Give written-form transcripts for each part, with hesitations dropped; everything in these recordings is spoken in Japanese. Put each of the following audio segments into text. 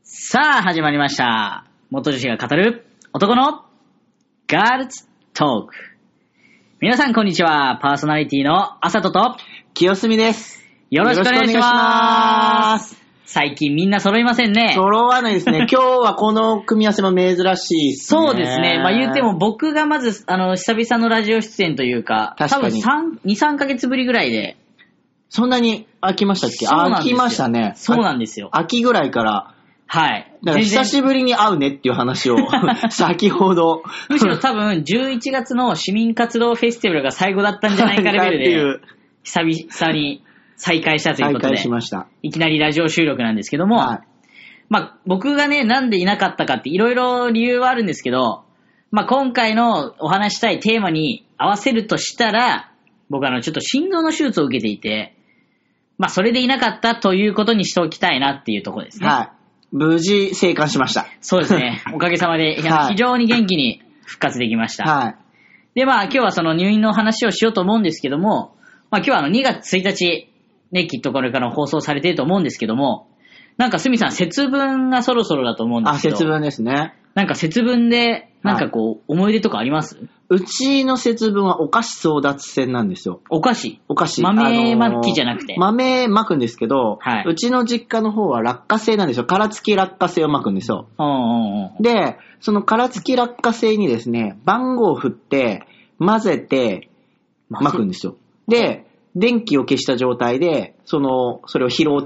さあ、始まりました。元女子が語る男のガールズトーク。皆さんこんにちは。パーソナリティのあさとと清澄です。 よろしくお願いします。最近みんな揃いませんね。 揃わないですね。今日はこの組み合わせも珍しいですね。 そうですね。まあ言っても僕がまず、久々のラジオ出演というか、 確かに多分2、3ヶ月ぶりぐらいで。 そんなに飽きましたっけ？飽きましたね。 そうなんですよ。 秋ぐらいから。 はい。 だから久しぶりに会うねっていう話を先ほど。 むしろ多分11月の市民活動フェスティバルが最後だったんじゃないかレベルで、久々に再開したということで。 再開しました。 いきなりラジオ収録なんですけども、はい、まあ僕がね、なんでいなかったかっていろいろ理由はあるんですけど、まあ今回のお話したいテーマに合わせるとしたら、僕ちょっと心臓の手術を受けていて、まあそれでいなかったということにしておきたいなっていうところですね。 はい。無事生還しました。 そうですね。おかげさまで、非常に元気に復活できました。 はい。 で、まあ今日はその入院の話をしようと思うんですけども、まあ今日は2月1日、ね、きっとこれから放送されていると思うんですけども、なんかすみさん節分がそろそろだと思うんですけど。 節分ですね。 なんか節分で、なんかこう、思い出とかあります？ うちの節分はお菓子争奪戦なんですよ。 お菓子？ お菓子。 豆まきじゃなくて。 豆まくんですけど、 はい、 うちの実家の方は落花生なんですよ。殻付き落花生をまくんですよ。で、その殻付き落花生にですね、番号を振って、混ぜて、まくんですよ。で、電気を消した状態で、それを拾って、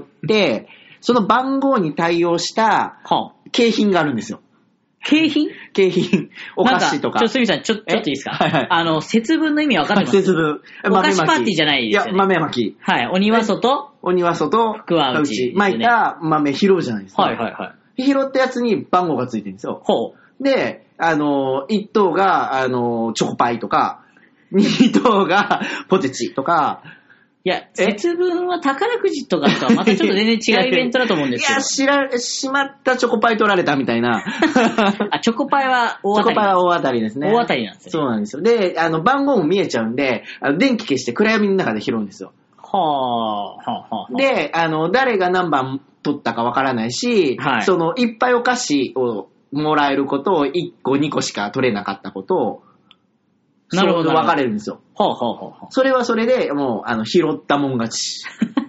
その番号に対応した景品があるんですよ。 景品？ 景品。お菓子とか。 すみさん、ちょっといいですか？ はいはい。 節分の意味わかってます？節分。 お菓子パーティーじゃないですよね。 いや、豆まき。 はい。鬼は外。 福は内。巻いた豆拾うじゃないですか。 はいはいはい。 拾ったやつに番号がついてるんですよ。 ほう。 で、1等が、チョコパイとか、2等がポテチとか、 いや、節分は宝くじとかとはまたちょっと全然違うイベントだと思うんですけど。 いや、しまったチョコパイ取られたみたいな。 チョコパイは大当たり。 チョコパイは大当たりですね。 大当たりなんですよ、ね。 そうなんですよ。で、番号も見えちゃうんで、電気消して暗闇の中で拾うんですよ。 はあ。 で、誰が何番取ったかわからないし、はい、いっぱいお菓子をもらえることを1個2個しか取れなかったことを、なるほど。分かれるんですよ。それはそれで、もう、拾ったもん勝ち。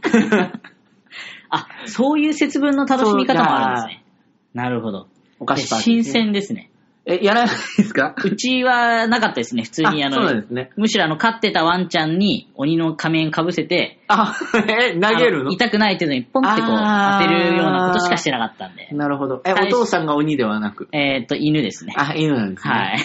あ、そういう節分の楽しみ方もあるんですね。なるほど。 お菓子パーティー、 新鮮ですね。 やらないですか？ うちはなかったですね。普通にそうなんですね。 むしろ飼ってたワンちゃんに鬼の仮面被せて、 投げるの？ 痛くない程度にポンってこう当てるようなことしかしてなかったんで。 なるほど。お父さんが鬼ではなく。 犬ですね。 犬なんですね。 はい。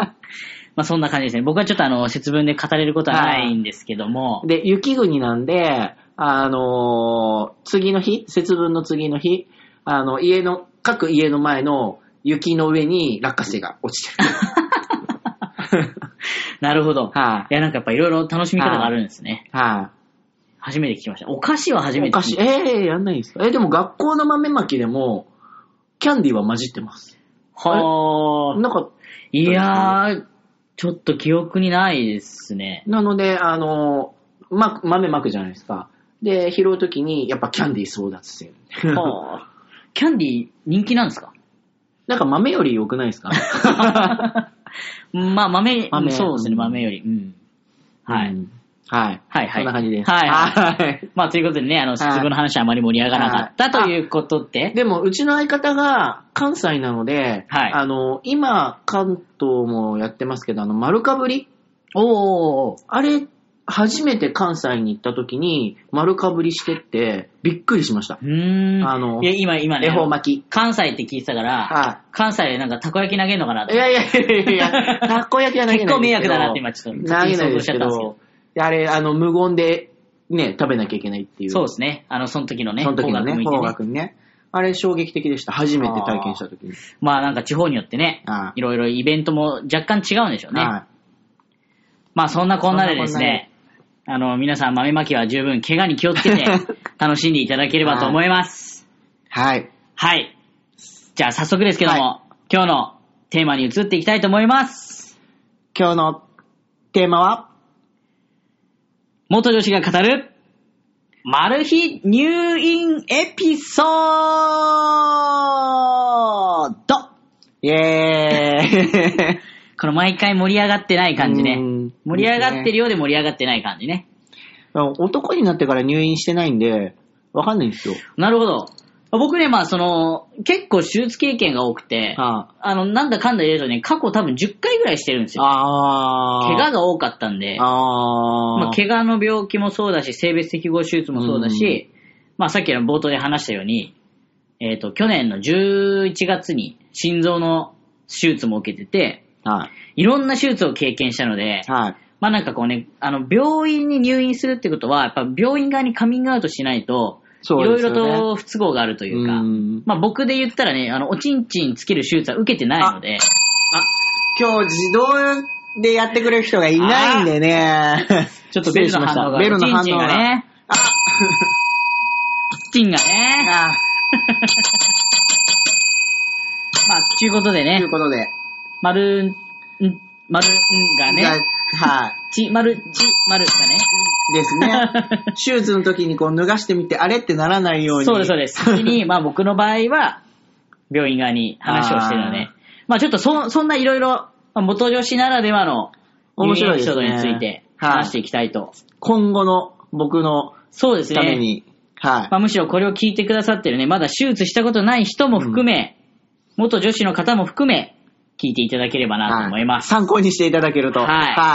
まあそんな感じですね。僕はちょっと節分で語れることはないんですけども。 で、雪国なんで、次の日、節分の次の日、各家の前の雪の上に落花生が落ちてる。 なるほど。いや、なんかやっぱいろいろ楽しみ方があるんですね。 はい。 初めて聞きました。お菓子は初めて聞きました。 お菓子、やんないんですか？でも学校の豆まきでも、キャンディーは混じってます。 はぁ。 なんか、 いやー、ちょっと記憶にないですね。 なので、豆まくじゃないですか。で、拾うときに、やっぱキャンディー争奪戦。 はぁ。キャンディー人気なんですか？ なんか豆より良くないですか？ まあ豆、そうですね、豆より。うん。はい。 はい。 はい。 そんな感じです。 はい。まあということでね、節分の話はあまり盛り上がらなかったということで。 でも、うちの相方が関西なので、今、関東もやってますけど、丸かぶり？あれ、初めて関西に行った時に丸かぶりしてってびっくりしました。 いや今ね、 恵方巻き。 関西って聞いてたから、関西でなんかたこ焼き投げるのかなと。 いや、たこ焼きは投げない。 結構迷惑だなって今ちょっと投げないですけど、あれ無言でね食べなきゃいけないっていう。 そうですね。その時のね、 方角にね。あれ衝撃的でした。初めて体験した時に。 まあなんか地方によってね、いろいろイベントも若干違うんでしょうね。まあそんなこんなでですね。皆さん豆まきは十分怪我に気をつけて楽しんでいただければと思います。 はい。 はい。じゃあ早速ですけども、今日のテーマに移っていきたいと思います。 今日のテーマは、 元女子が語る、マル秘入院エピソーこの毎回盛り上がってない感じね。盛り上がってるようで盛り上がってない感じね。 男になってから入院してないんで、わかんないんですよ。 なるほど。僕ね、結構手術経験が多くて、なんだかんだ言うとね、過去多分10回ぐらいしてるんですよ。怪我が多かったんで、怪我の病気もそうだし、性別適合手術もそうだし、さっきの冒頭で話したように、去年の11月に心臓の手術も受けてて、いろんな手術を経験したので、なんかこうね、病院に入院するってことは、やっぱ病院側にカミングアウトしないと、いろいろと不都合があるというか、僕で言ったらね、おちんちんつける手術は受けてないので、 今日自動でやってくれる人がいないんでね、 ちょっとベルの反応が、 ベルの反応が、 おちんちんがね、チンがね、ちゅうことでね、丸んがね、丸がね。 ですね。手術の時にこう脱がしてみて、あれってならないように。 そうです。先に、僕の場合は、病院側に話をしてるので、ちょっとそんないろいろ、元女子ならではの、 面白いエピソードについて話していきたいと。 今後の僕のために。 むしろこれを聞いてくださってるね、まだ手術したことない人も含め、元女子の方も含め、聞いていただければなと思います。 参考にしていただけると。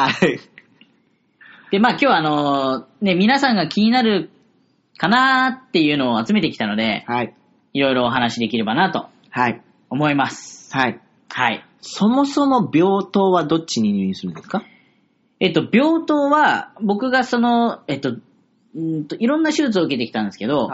で、今日は皆さんが気になるかなっていうのを集めてきたので、いろいろお話できればなと思います。 そもそも病棟はどっちに入院するんですか？ 病棟は、僕がいろんな手術を受けてきたんですけど、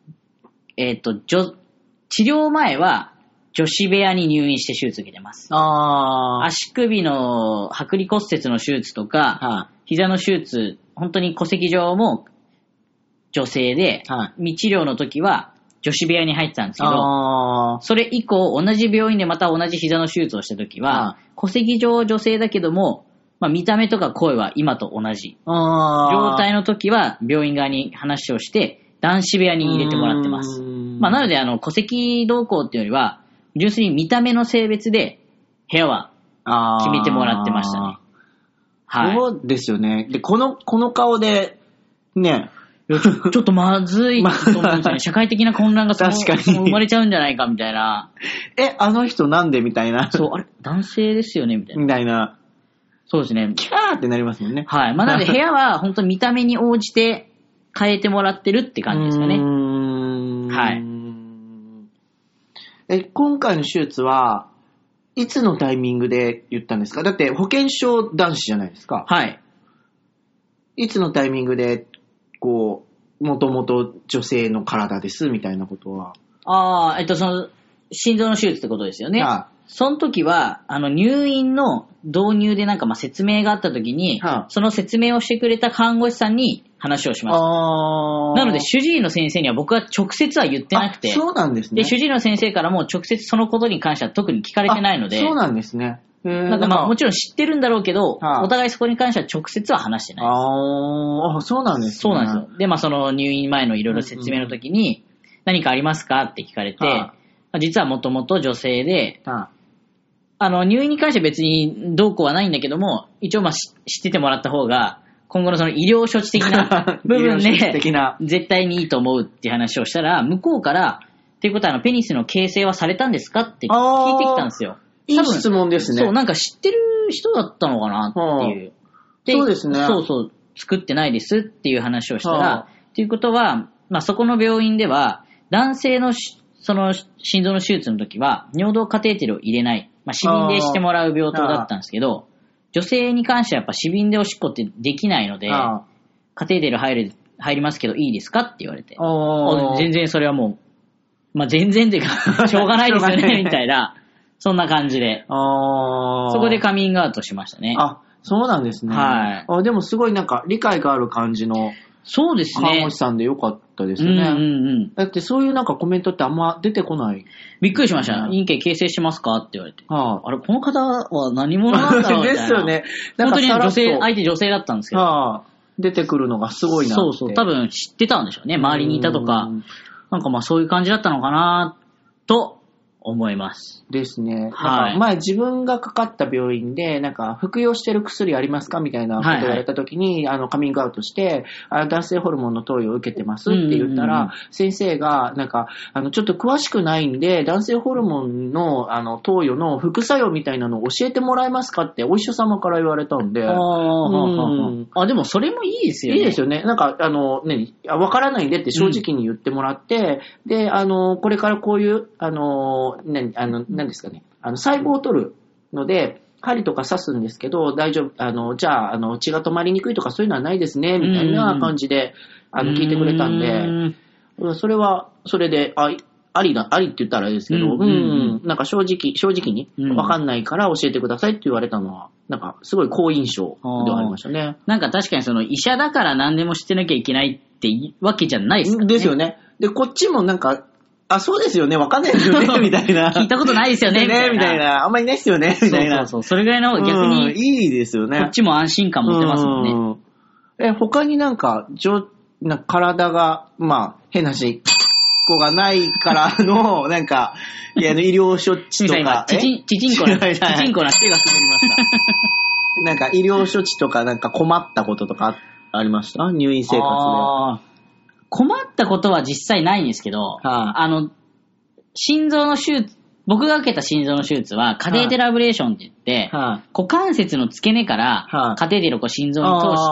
治療前は、女子部屋に入院して手術受けてます。足首の剥離骨折の手術とか、膝の手術、本当に戸籍上も女性で、未治療の時は女子部屋に入ってたんですけど、それ以降同じ病院でまた同じ膝の手術をした時は、戸籍上女性だけども、見た目とか声は今と同じ状態の時は病院側に話をして男子部屋に入れてもらってます。なので戸籍動向っていうよりは純粋に見た目の性別で部屋は決めてもらってましたね。 そうですよね。で、この顔で、ね。 ちょっとまずいと思うんですよね。社会的な混乱が生まれちゃうんじゃないかみたいな。 あの人なんでみたいな。 そう、あれ男性ですよねみたいな。 みたいな。 そうですね。 キャーってなりますもんね。 なので部屋は本当に見た目に応じて変えてもらってるって感じですかね。 今回の手術はいつのタイミングで言ったんですか？だって保険証男子じゃないですか。いつのタイミングでもともと女性の体ですみたいなことは。 心臓の手術ってことですよね。その時は、入院の導入で説明があった時に、その説明をしてくれた看護師さんに話をしました。なので、主治医の先生には僕は直接は言ってなくて。 そうなんですね。 で、主治医の先生からも直接そのことに関しては特に聞かれてないので。 そうなんですね。 もちろん知ってるんだろうけど、お互いそこに関しては直接は話してないです。 そうなんですね。 そうなんですよ。で、その入院前のいろいろ説明の時に、何かありますかって聞かれて、実はもともと女性で、入院に関しては別にどうこうはないんだけども、一応知っててもらった方が、今後のその医療処置的な部分で、絶対にいいと思うっていう話をしたら、向こうから、っていうことはペニスの形成はされたんですかって聞いてきたんですよ。 いい質問ですね。 そう、知ってる人だったのかなっていう。 そうですね。 作ってないですっていう話をしたら、っていうことは、そこの病院では、男性のその心臓の手術の時は、尿道カテーテルを入れない。死瓶でしてもらう病棟だったんですけど、女性に関してはやっぱ死瓶でおしっこってできないので、カテーテル入りますけどいいですかって言われて、全然それはもう、全然っていうか、しょうがないですよね、みたいな、そんな感じで、そこでカミングアウトしましたね。 そうなんですね。でもすごい理解がある感じの、 そうですね。 看護師さんでよかったですね。だってそういうコメントってあんま出てこない。 びっくりしました。陰茎形成しますかって言われて。あれ、この方は何者なんだろうみたいな。ですよね。本当に相手女性だったんですけど。 出てくるのがすごいなって。 そう、多分知ってたんでしょうね。周りにいたとか。そういう感じだったのかなと思います。 ですね。はい。前自分がかかった病院で、服用してる薬ありますかみたいなことを言われた時に、カミングアウトして、男性ホルモンの投与を受けてますって言ったら、先生が、ちょっと詳しくないんで、男性ホルモンの、投与の副作用みたいなのを教えてもらえますかってお医者様から言われたんで。 でもそれもいいですよね。 いいですよね。わからないんでって正直に言ってもらって、で、これからこういう、何ですかね。細胞を取るので、針とか刺すんですけど、大丈夫、じゃあ、血が止まりにくいとかそういうのはないですね、みたいな感じで、聞いてくれたんで、それは、それで、ありって言ったらあれですけど、正直に、わかんないから教えてくださいって言われたのは、すごい好印象ではありましたね。 確かに医者だから何でも知ってなきゃいけないってわけじゃないですかね。 ですよね。で、こっちもそうですよね、わかんないですよね、みたいな。 聞いたことないですよね、 みたいな。あんまりないですよね、みたいな。 それぐらいの方が逆に、 いいですよね。 こっちも安心感持てますもんね。他に体が、変なし、がないからの、医療処置とか。 ちちんこな手が滑りました。 医療処置とか困ったこととかありました？入院生活で。 困ったことは実際ないんですけど、心臓の手術、僕が受けた心臓の手術はカテーテルアブレーションって言って、股関節の付け根からカテーテルを心臓に通して、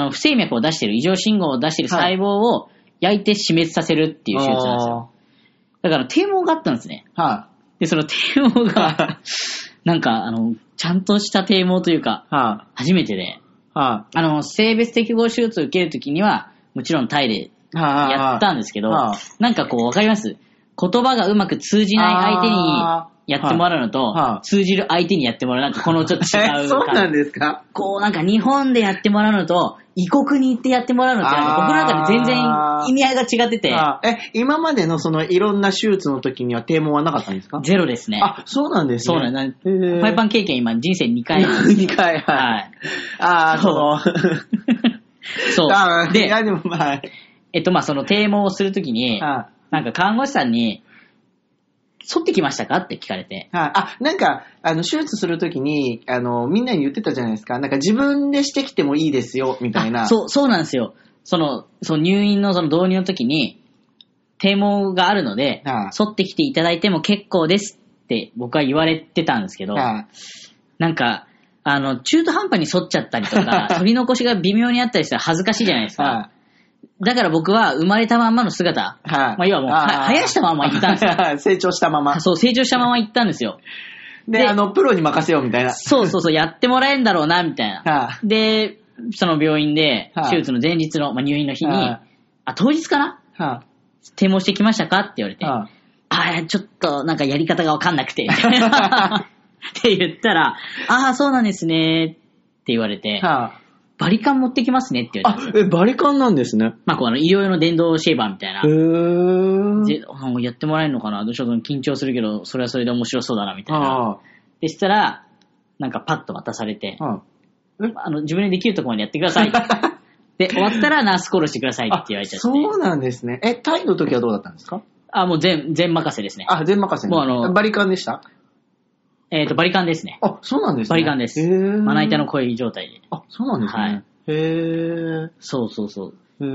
不整脈を出している、異常信号を出している細胞を焼いて死滅させるっていう手術なんですよ。だから低毛があったんですね。で、その低毛が、ちゃんとした低毛というか、初めてで、性別適合手術を受けるときには、もちろんタイでやったんですけど、わかります？言葉がうまく通じない相手にやってもらうのと、通じる相手にやってもらうこのちょっと違う。 そうなんですか？ 日本でやってもらうのと、異国に行ってやってもらうのって、僕の中で全然意味合いが違ってて。 今までのいろんな手術の時には低毛はなかったんですか？ ゼロですね。 そうなんですね。 そうなんです。パイパン経験今人生2回。 2回、はい。そう。 そう。で、 でもその低毛をするときに、看護師さんに、剃ってきましたかって聞かれて。 手術するときに、みんなに言ってたじゃないですか。自分でしてきてもいいですよ、みたいな。 そうなんですよ。入院の導入のときに、低毛があるので、剃ってきていただいても結構ですって僕は言われてたんですけど、中途半端に剃っちゃったりとか、取り残しが微妙にあったりしたら恥ずかしいじゃないですか。だから僕は生まれたまんまの姿、要はもう生やしたまま行ったんですよ。 成長したまま。 そう、成長したまま行ったんですよ。 で、プロに任せようみたいな。 そう、やってもらえるんだろうな、みたいな。で、その病院で、手術の前日の、入院の日に、当日かな低毛してきましたかって言われて、ちょっとやり方がわかんなくて、みたいな。って言ったら、そうなんですね、って言われて、バリカン持ってきますねって言われて。 バリカンなんですね。 医療用の電動シェーバーみたいな。やってもらえるのかな？ちょっと緊張するけど、それはそれで面白そうだな、みたいな。でしたら、パッと渡されて、自分でできるところまでやってください。で、終わったらナースコールしてくださいって言われちゃって。 そうなんですね。タイの時はどうだったんですか？ もう全任せですね。 全任せね。もうバリカンでした？ バリカンですね。 そうなんですね。 バリカンです。まな板の声状態で。 そうなんですね。はい。 そう。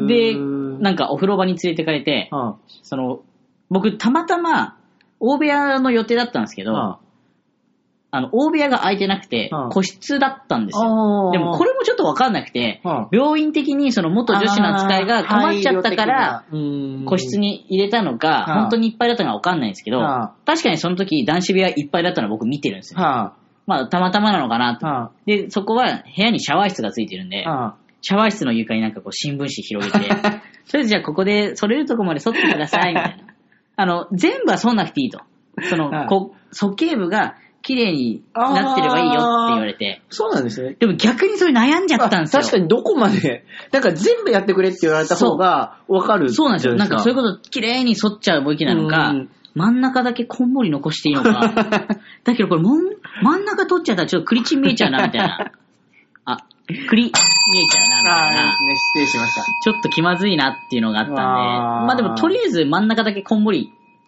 で、お風呂場に連れてかれて、僕たまたま大部屋の予定だったんですけど、大部屋が空いてなくて、個室だったんですよ。でもこれもちょっとわかんなくて、病院的に元女子の扱いが困っちゃったから、個室に入れたのか、本当にいっぱいだったのかわかんないんですけど、確かにその時男子部屋いっぱいだったの僕見てるんですよ。たまたまなのかなと。で、そこは部屋にシャワー室がついてるんで、シャワー室の床に新聞紙広げて、とりあえずじゃあここで剃れるとこまで剃ってください、みたいな。全部は剃んなくていいと。鼠径部が綺麗になってればいいよって言われて。 そうなんですね。 でも逆にそれ悩んじゃったんですよ。 確かにどこまで、全部やってくれって言われた方がわかる。 そうなんですよ。そういうこと綺麗に剃っちゃうべきなのか、真ん中だけこんもり残していいのか。だけどこれ真ん中取っちゃったらちょっとクリチン見えちゃうなみたいな。クリ見えちゃうなみたいな。 失礼しました。 ちょっと気まずいなっていうのがあったんで。でもとりあえず真ん中だけこんもり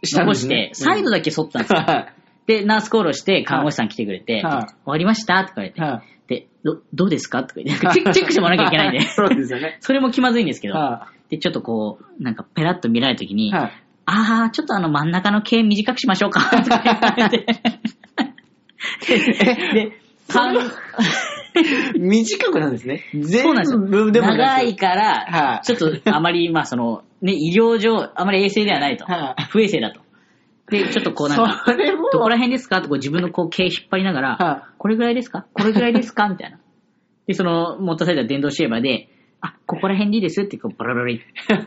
残して、サイドだけ剃ったんですよ。で、ナースコールをして看護師さん来てくれて、終わりましたとか言って、で、どうですかとか言って、チェックしてもらわなきゃいけないんで。 そうですよね。 それも気まずいんですけど、で、ちょっとこう、なんかペラッと見られたときに、ちょっと真ん中の毛短くしましょうかとか言われて。で、 短くなんですね。 そうなんですよ。長いから、ちょっとあまり、医療上、あまり衛生ではないと。不衛生だと。で、ちょっとこうなんか、どこら辺ですかと自分のこう毛引っ張りながら、これぐらいですかこれぐらいですかみたいな。で、持たされた電動シェーバーで、ここら辺でいいですってこう、バラバラ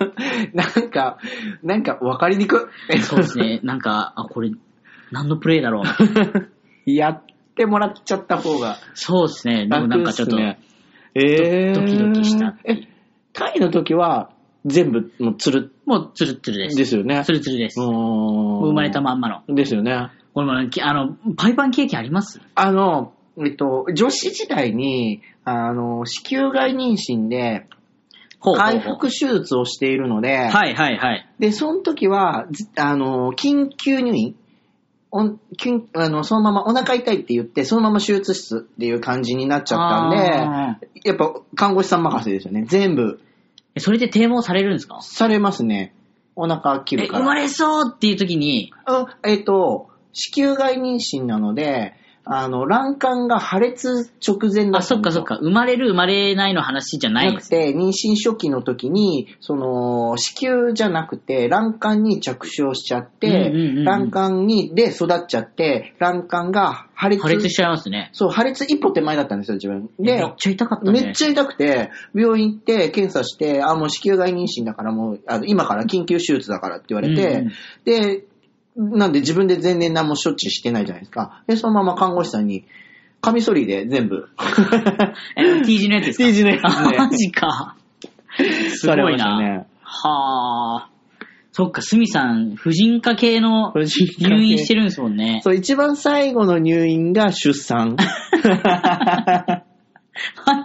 なんか分かりにくい。 そうですね。なんか、これ、何のプレイだろう。 やってもらっちゃった方が。 そうですね。でもなんかちょっと、ドキドキした。 タイの時は、全部、もうツルツルです。 ですよね。 ツルツルです。生まれたまんまの。 ですよね。 これも、パイパン経験あります？ 女子時代に、子宮外妊娠で、回復手術をしているので、で、その時は、緊急入院、そのままお腹痛いって言って、そのまま手術室っていう感じになっちゃったんで、やっぱ看護師さん任せですよね。全部。 それで低毛されるんですか？ されますね。お腹切るから。 生まれそうっていう時に。 子宮外妊娠なので、卵管が破裂直前だったんですよ。 そっか。生まれる生まれないの話じゃないんですね。なくて、妊娠初期の時に、子宮じゃなくて、卵管に着床しちゃって、卵管で育っちゃって、卵管が破裂しちゃいますね。 そう、破裂一歩手前だったんですよ、自分。で、 めっちゃ痛かったね。 めっちゃ痛くて、病院行って検査して、もう子宮外妊娠だからもう、今から緊急手術だからって言われて、で、なんで自分で全然何も処置してないじゃないですか。で、そのまま看護師さんに、カミソリで全部。 T 字のやつですか？ T 字のやつですね。 マジか。すごいな。 ね、 はぁ。そっか、スミさん、婦人科系の入院してるんですもんね。 そう、一番最後の入院が出産。 待って。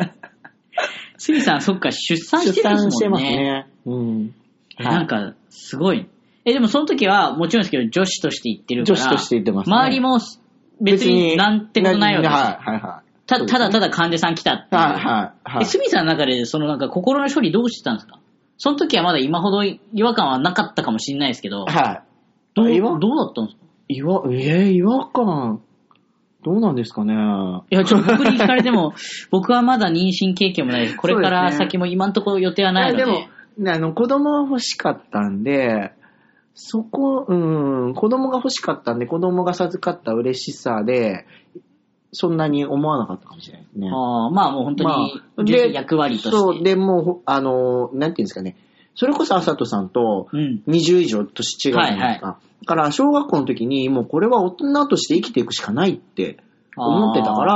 スミさん、そっか、出産してるんですもんね。出産してますね。うん。なんか、すごい。でもその時は、もちろんですけど、女子として行ってるから。 女子として行ってますね。 周りも別になんてことないわけです。 はい。 ただ患者さん来たって。はい。スミさんの中で、なんか心の処理どうしてたんですか？その時はまだ今ほど違和感はなかったかもしれないですけど。はい。どうだったんですか？違和感。どうなんですかね。 いや、ちょっと僕に聞かれても、僕はまだ妊娠経験もないです。これから先も今のところ予定はないので。 でも、子供は欲しかったんで、子供が欲しかったんで、子供が授かった嬉しさで、そんなに思わなかったかもしれないですね。 もう本当に、役割として。 そう、で、もう、なんていうんですかね。それこそあさとさんと20以上年違うじゃないですか。だから、小学校の時に、もうこれは大人として生きていくしかないって思ってたから、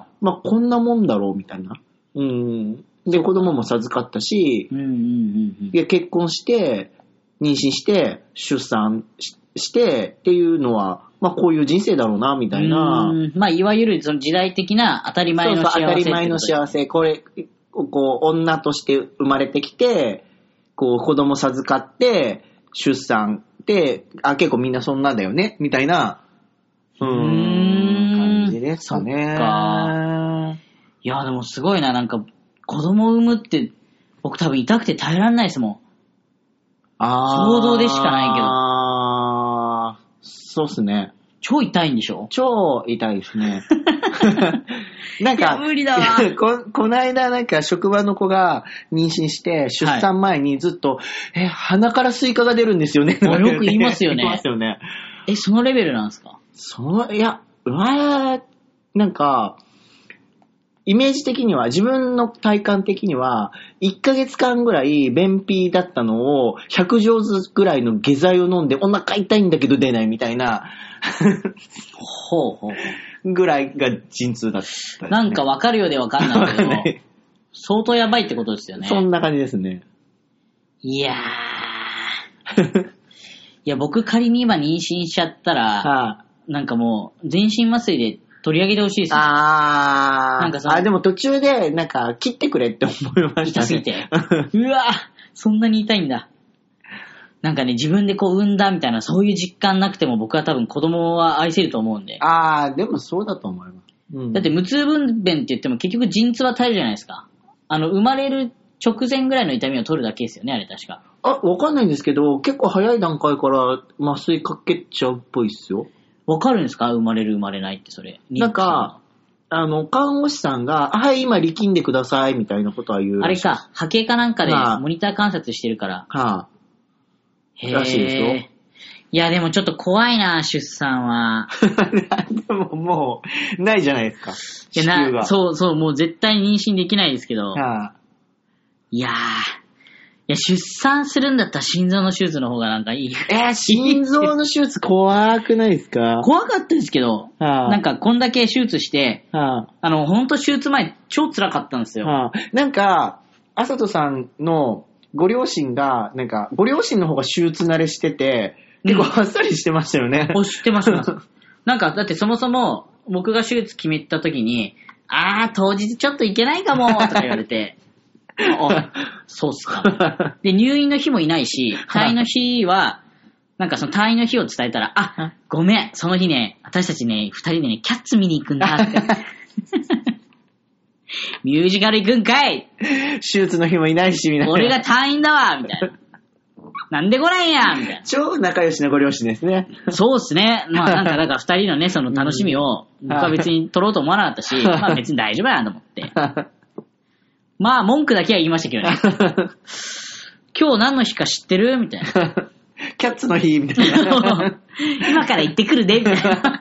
こんなもんだろう、みたいな。で、子供も授かったし、結婚して、妊娠して、出産してっていうのは、こういう人生だろうな、みたいな。 いわゆるその時代的な当たり前の幸せ。 当たり前の幸せ。これ、女として生まれてきて、子供授かって、出産って、結構みんなそんなんだよね、みたいな、感じですかね。そっか。 いや、でもすごいな、なんか、子供を産むって、僕多分痛くて耐えられないですもん。想像でしかないけど。 そうっすね。 超痛いんでしょ？ 超痛いですね。なんか、 無理だわ。 この間なんか職場の子が妊娠して出産前にずっと、鼻からスイカが出るんですよね。 よく言いますよね。 言いますよね。 そのレベルなんですか？ なんか、イメージ的には、自分の体感的には、1ヶ月間ぐらい便秘だったのを、100錠ずつぐらいの下剤を飲んで、お腹痛いんだけど出ないみたいな、ぐらいが陣痛だった、ね。 なんかわかるようでわかんないけど、相当やばいってことですよね。 そんな感じですね。 いや僕仮に今妊娠しちゃったら、なんかもう、全身麻酔で、取り上げてほしいですね。なんかでも途中で、なんか、切ってくれって思いましたね。 痛すぎて。うわそんなに痛いんだ。 なんかね、自分でこう産んだみたいな、そういう実感なくても僕は多分子供は愛せると思うんで。 でもそうだと思います。 だって無痛分娩って言っても結局陣痛は耐えるじゃないですか。生まれる直前ぐらいの痛みを取るだけですよね、あれ確か。 わかんないんですけど、結構早い段階から麻酔かけちゃうっぽいっすよ。 わかるんですか？生まれる生まれないってそれ。 なんか、看護師さんが、はい、今力んでくださいみたいなことは言う。 あれか、波形かなんかでモニター観察してるから。 らしいですよ。 いや、でもちょっと怖いな、出産は。 でももう、ないじゃないですか。子宮が。 そう、もう絶対妊娠できないですけど。いや、出産するんだったら心臓の手術の方がなんかいい。 心臓の手術怖くないですか？ 怖かったですけど、なんかこんだけ手術して、ほんと手術前超辛かったんですよ。 なんか、あさとさんのご両親が、なんか、ご両親の方が手術慣れしてて、結構あっさりしてましたよね。 知ってます。なんか、だってそもそも、僕が手術決めた時に、当日ちょっと行けないかも、とか言われて、そうっすか。で、入院の日もいないし、退院の日は、なんかその退院の日を伝えたら、ごめん、その日ね、私たちね、二人でね、キャッツ見に行くんだって。ミュージカル行くんかい！ 手術の日もいないし、みたいな。 俺が退院だわみたいな。なんで来ないんやみたいな。 超仲良しなご両親ですね。 そうっすね。まあなんか、だから二人のね、その楽しみを、僕は別に取ろうと思わなかったし、まあ別に大丈夫やなと思って。まあ文句だけは言いましたけどね。今日何の日か知ってるみたいな。 キャッツの日みたいな。 今から行ってくるでみたいな。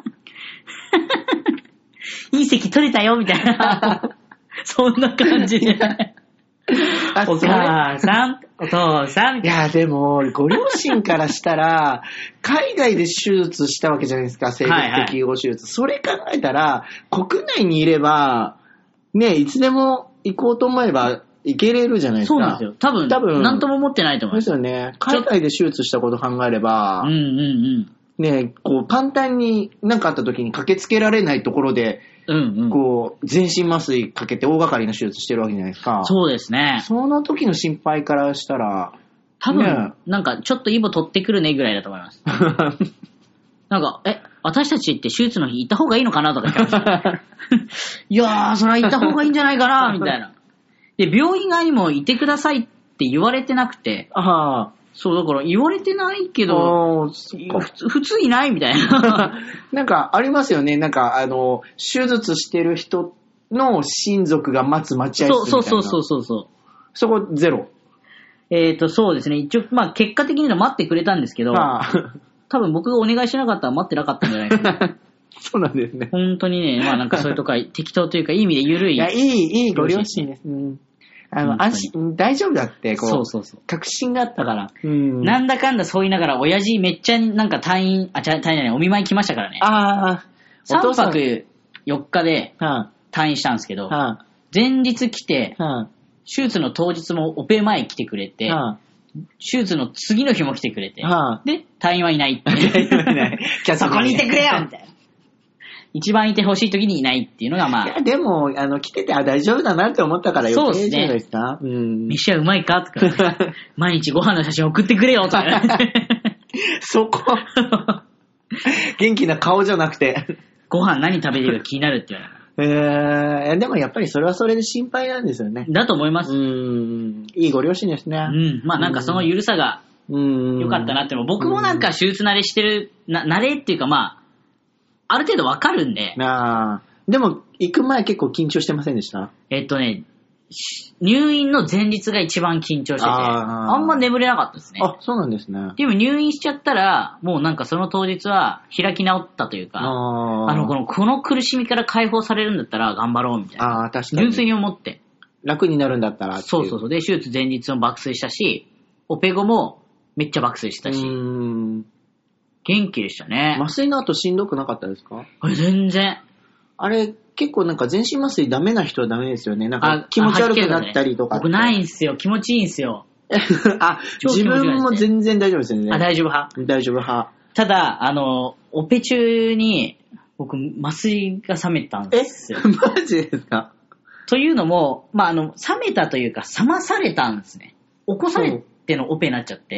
いい席取れたよみたいな。そんな感じで。お母さん、お父さん。 いや、でも、ご両親からしたら、海外で手術したわけじゃないですか、生理的ご手術。それ考えたら、国内にいれば、ね、いつでも行こうと思えば行けれるじゃないですか。 そうなんですよ。多分、なんとも思ってないと思います。 ですよね。海外で手術したこと考えれば、ね、こう、簡単に何かあった時に駆けつけられないところで、こう、全身麻酔かけて大掛かりな手術してるわけじゃないですか。 そうですね。 その時の心配からしたら、 多分、なんかちょっとイボ取ってくるねぐらいだと思います。なんか、私たちって手術の日行った方がいいのかなとか言ってました。いやー、それは行った方がいいんじゃないかな、みたいな。で、病院側にもいてくださいって言われてなくて、そう、だから言われてないけど、普通いないみたいな。 なんかありますよね。なんか手術してる人の親族が待つ待合室みたいな。 そう。 そこゼロ。 そうですね。一応、まあ結果的には待ってくれたんですけど、多分僕がお願いしなかったら待ってなかったんじゃないかな。 そうなんですね。 本当にね、まあなんかそういうとこは適当というかいい意味で緩い。 いや、いいご両親です。安心、大丈夫だって、こう。そう。確信があったから。 なんだかんだそう言いながら、親父めっちゃなんか退院じゃない、お見舞い来ましたからね。3泊4日で退院したんですけど、前日来て、手術の当日もオペ前来てくれて、手術の次の日も来てくれて、で、退院はいないって。そこにいてくれよみたいな。一番いてほしい時にいないっていうのがまあ。 いや、でも、来てて、大丈夫だなって思ったから余計じゃないですか。 飯はうまいかとか、毎日ご飯の写真送ってくれよとか。 そこ。元気な顔じゃなくて。 ご飯何食べてるか気になるって言われる。 でもやっぱりそれはそれで心配なんですよね。 だと思います。 いいご両親ですね。 まあなんかその緩さが良かったなっていうのも、僕もなんか手術慣れしてる、慣れっていうかまあ、ある程度わかるんで。 でも、行く前結構緊張してませんでした？ 入院の前日が一番緊張してて、あんま眠れなかったですね。 そうなんですね。 でも入院しちゃったら、もうなんかその当日は開き直ったというか、この苦しみから解放されるんだったら頑張ろうみたいな。 確かに。 純粋に思って。 楽になるんだったら。 そう。で、手術前日も爆睡したし、オペ後もめっちゃ爆睡したし。元気でしたね。 麻酔の後しんどくなかったですか？ 全然。 あれ、結構なんか全身麻酔ダメな人はダメですよね。なんか気持ち悪くなったりとか。 僕ないんすよ。気持ちいいんすよ。 自分も全然大丈夫ですよね。 大丈夫派？ 大丈夫派。 ただ、オペ中に僕麻酔が冷めたんですよ。 マジですか？ というのも、まあ冷めたというか冷まされたんですね。起こされてのオペになっちゃって。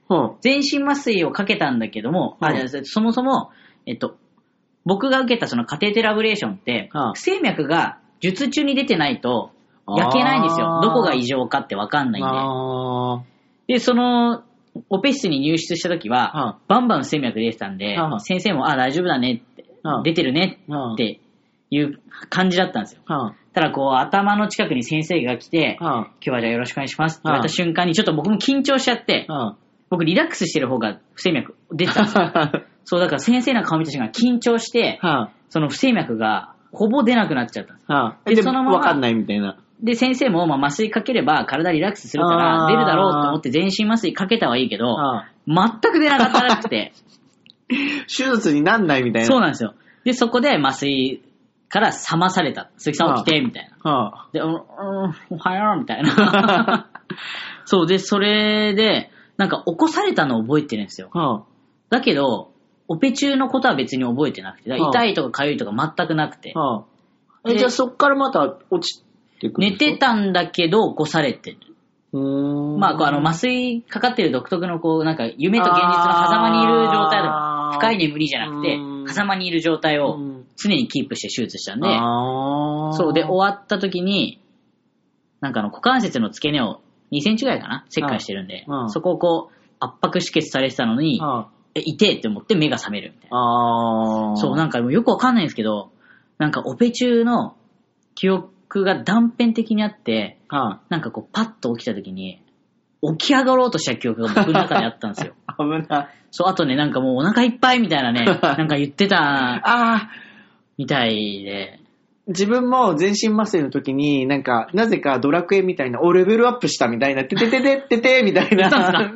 全身麻酔をかけたんだけども、そもそも、僕が受けたそのカテーテルアブレーションって、不整脈が術中に出てないと焼けないんですよ。どこが異常かってわかんないんで。で、その、オペ室に入室した時は、バンバン不整脈出てたんで、先生も、大丈夫だねって、出てるねっていう感じだったんですよ。ただこう、頭の近くに先生が来て、今日はじゃあよろしくお願いしますって言われた瞬間に、ちょっと僕も緊張しちゃって、僕リラックスしてる方が不整脈出てたんですよ。そう、だから先生の顔見た瞬間緊張して、その不整脈がほぼ出なくなっちゃったんです。 で、そのままわかんないみたいな。 で、先生も、麻酔かければ体リラックスするから出るだろうと思って全身麻酔かけたはいいけど、全く出なかったらしくて。 手術になんないみたいな。 そうなんですよ。で、そこで麻酔から覚まされた。鈴木さん起きて、みたいな。で、おはよう、みたいな。そう、で、それで、なんか起こされたのを覚えてるんですよ。だけど、オペ中のことは別に覚えてなくて、痛いとか痒いとか全くなくて。 じゃあそっからまた落ちてくるんですか？ 寝てたんだけど起こされてる。麻酔かかってる独特のなんか夢と現実の狭間にいる状態だ。深い眠りじゃなくて、狭間にいる状態を常にキープして手術したんで、そうで終わった時に、なんか股関節の付け根を2センチぐらいかな切開してるんで、そこを圧迫止血されてたのに、痛えって思って目が覚めるみたいな。そう、なんかよくわかんないんですけど、なんかオペ中の記憶が断片的にあって、なんかパッと起きた時に、起き上がろうとした記憶が僕の中であったんですよ。 危ない。 そう、あとね、なんかもうお腹いっぱいみたいなね、なんか言ってた、みたいで。 自分も全身麻酔の時に、なんか、なぜかドラクエみたいな、レベルアップしたみたいな、ててててててみたいな。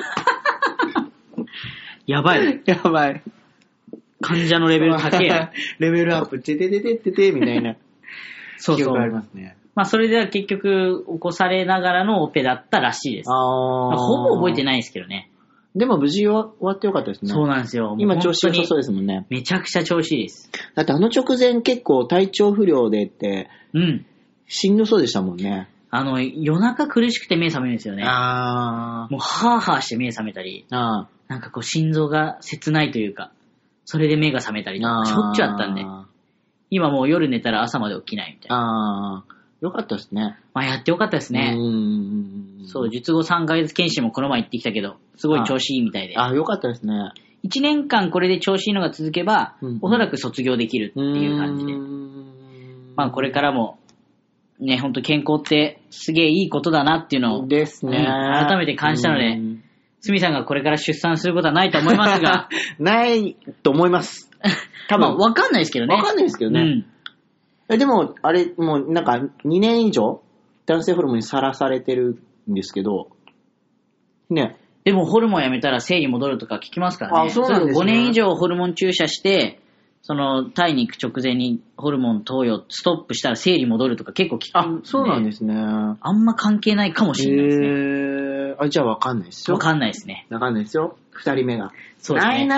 やばい。 やばい。 患者のレベル高い。 レベルアップ、ててててててみたいな。 そうそう。 記憶ありますね。 それでは結局、起こされながらのオペだったらしいです。ほぼ覚えてないですけどね。 でも無事終わってよかったですね。 そうなんですよ。 今調子良さそうですもんね。 めちゃくちゃ調子いいです。 だって直前結構体調不良でって、しんどそうでしたもんね。 夜中苦しくて目覚めるんですよね。もうハーハーして目覚めたり、なんか心臓が切ないというか、それで目が覚めたりとか、しょっちゅうあったんで、今もう夜寝たら朝まで起きないみたいな。 よかったですね。 やってよかったですね。そう、術後3ヶ月検診もこの前行ってきたけど、すごい調子いいみたいで。 よかったですね。 1年間これで調子いいのが続けば、おそらく卒業できるっていう感じで。これからも、ね、ほんと健康ってすげえいいことだなっていうのを、 ですね。 改めて感じたので、すみさんがこれから出産することはないと思いますが。 ないと思います。 多分。わかんないですけどね。 わかんないですけどね。でも、あれ、もうなんか2年以上男性ホルモンにさらされてるんですけど、ね。 でもホルモンやめたら生理戻るとか聞きますからね。 そうなんですね。 5年以上ホルモン注射して、タイに行く直前にホルモン投与ストップしたら生理戻るとか結構聞くんで。 そうなんですね。 あんま関係ないかもしれないですね。 じゃあわかんないですよ。 わかんないですね。 わかんないですよ。2人目が。 そうですね。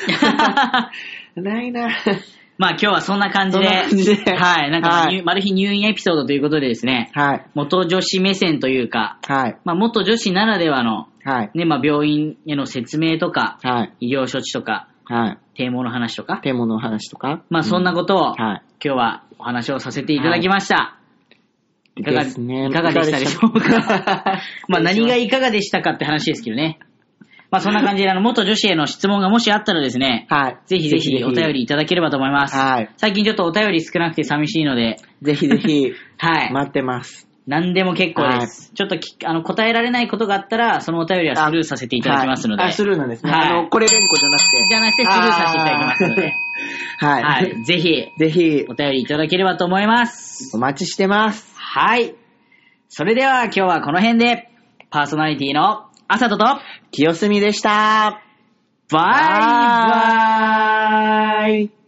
ないな。 今日はそんな感じで。はい。なんか、マル秘入院エピソードということでですね。元女子目線というか。元女子ならではの。病院への説明とか。医療処置とか。堤防の話とか。そんなことを。今日はお話をさせていただきました。いかがでしたでしょうか。何がいかがでしたかって話ですけどね。そんな感じで、元女子への質問がもしあったらですね、ぜひぜひお便りいただければと思います。最近ちょっとお便り少なくて寂しいので、 ぜひぜひ、待ってます。 何でも結構です。ちょっと答えられないことがあったら、そのお便りはスルーさせていただきますので。 スルーなんですね。これ連呼じゃなくて。 じゃなくてスルーさせていただきますので。ぜひ、お便りいただければと思います。 お待ちしてます。 それでは今日はこの辺で、パーソナリティのあさとと清澄でした。 バイバーイ。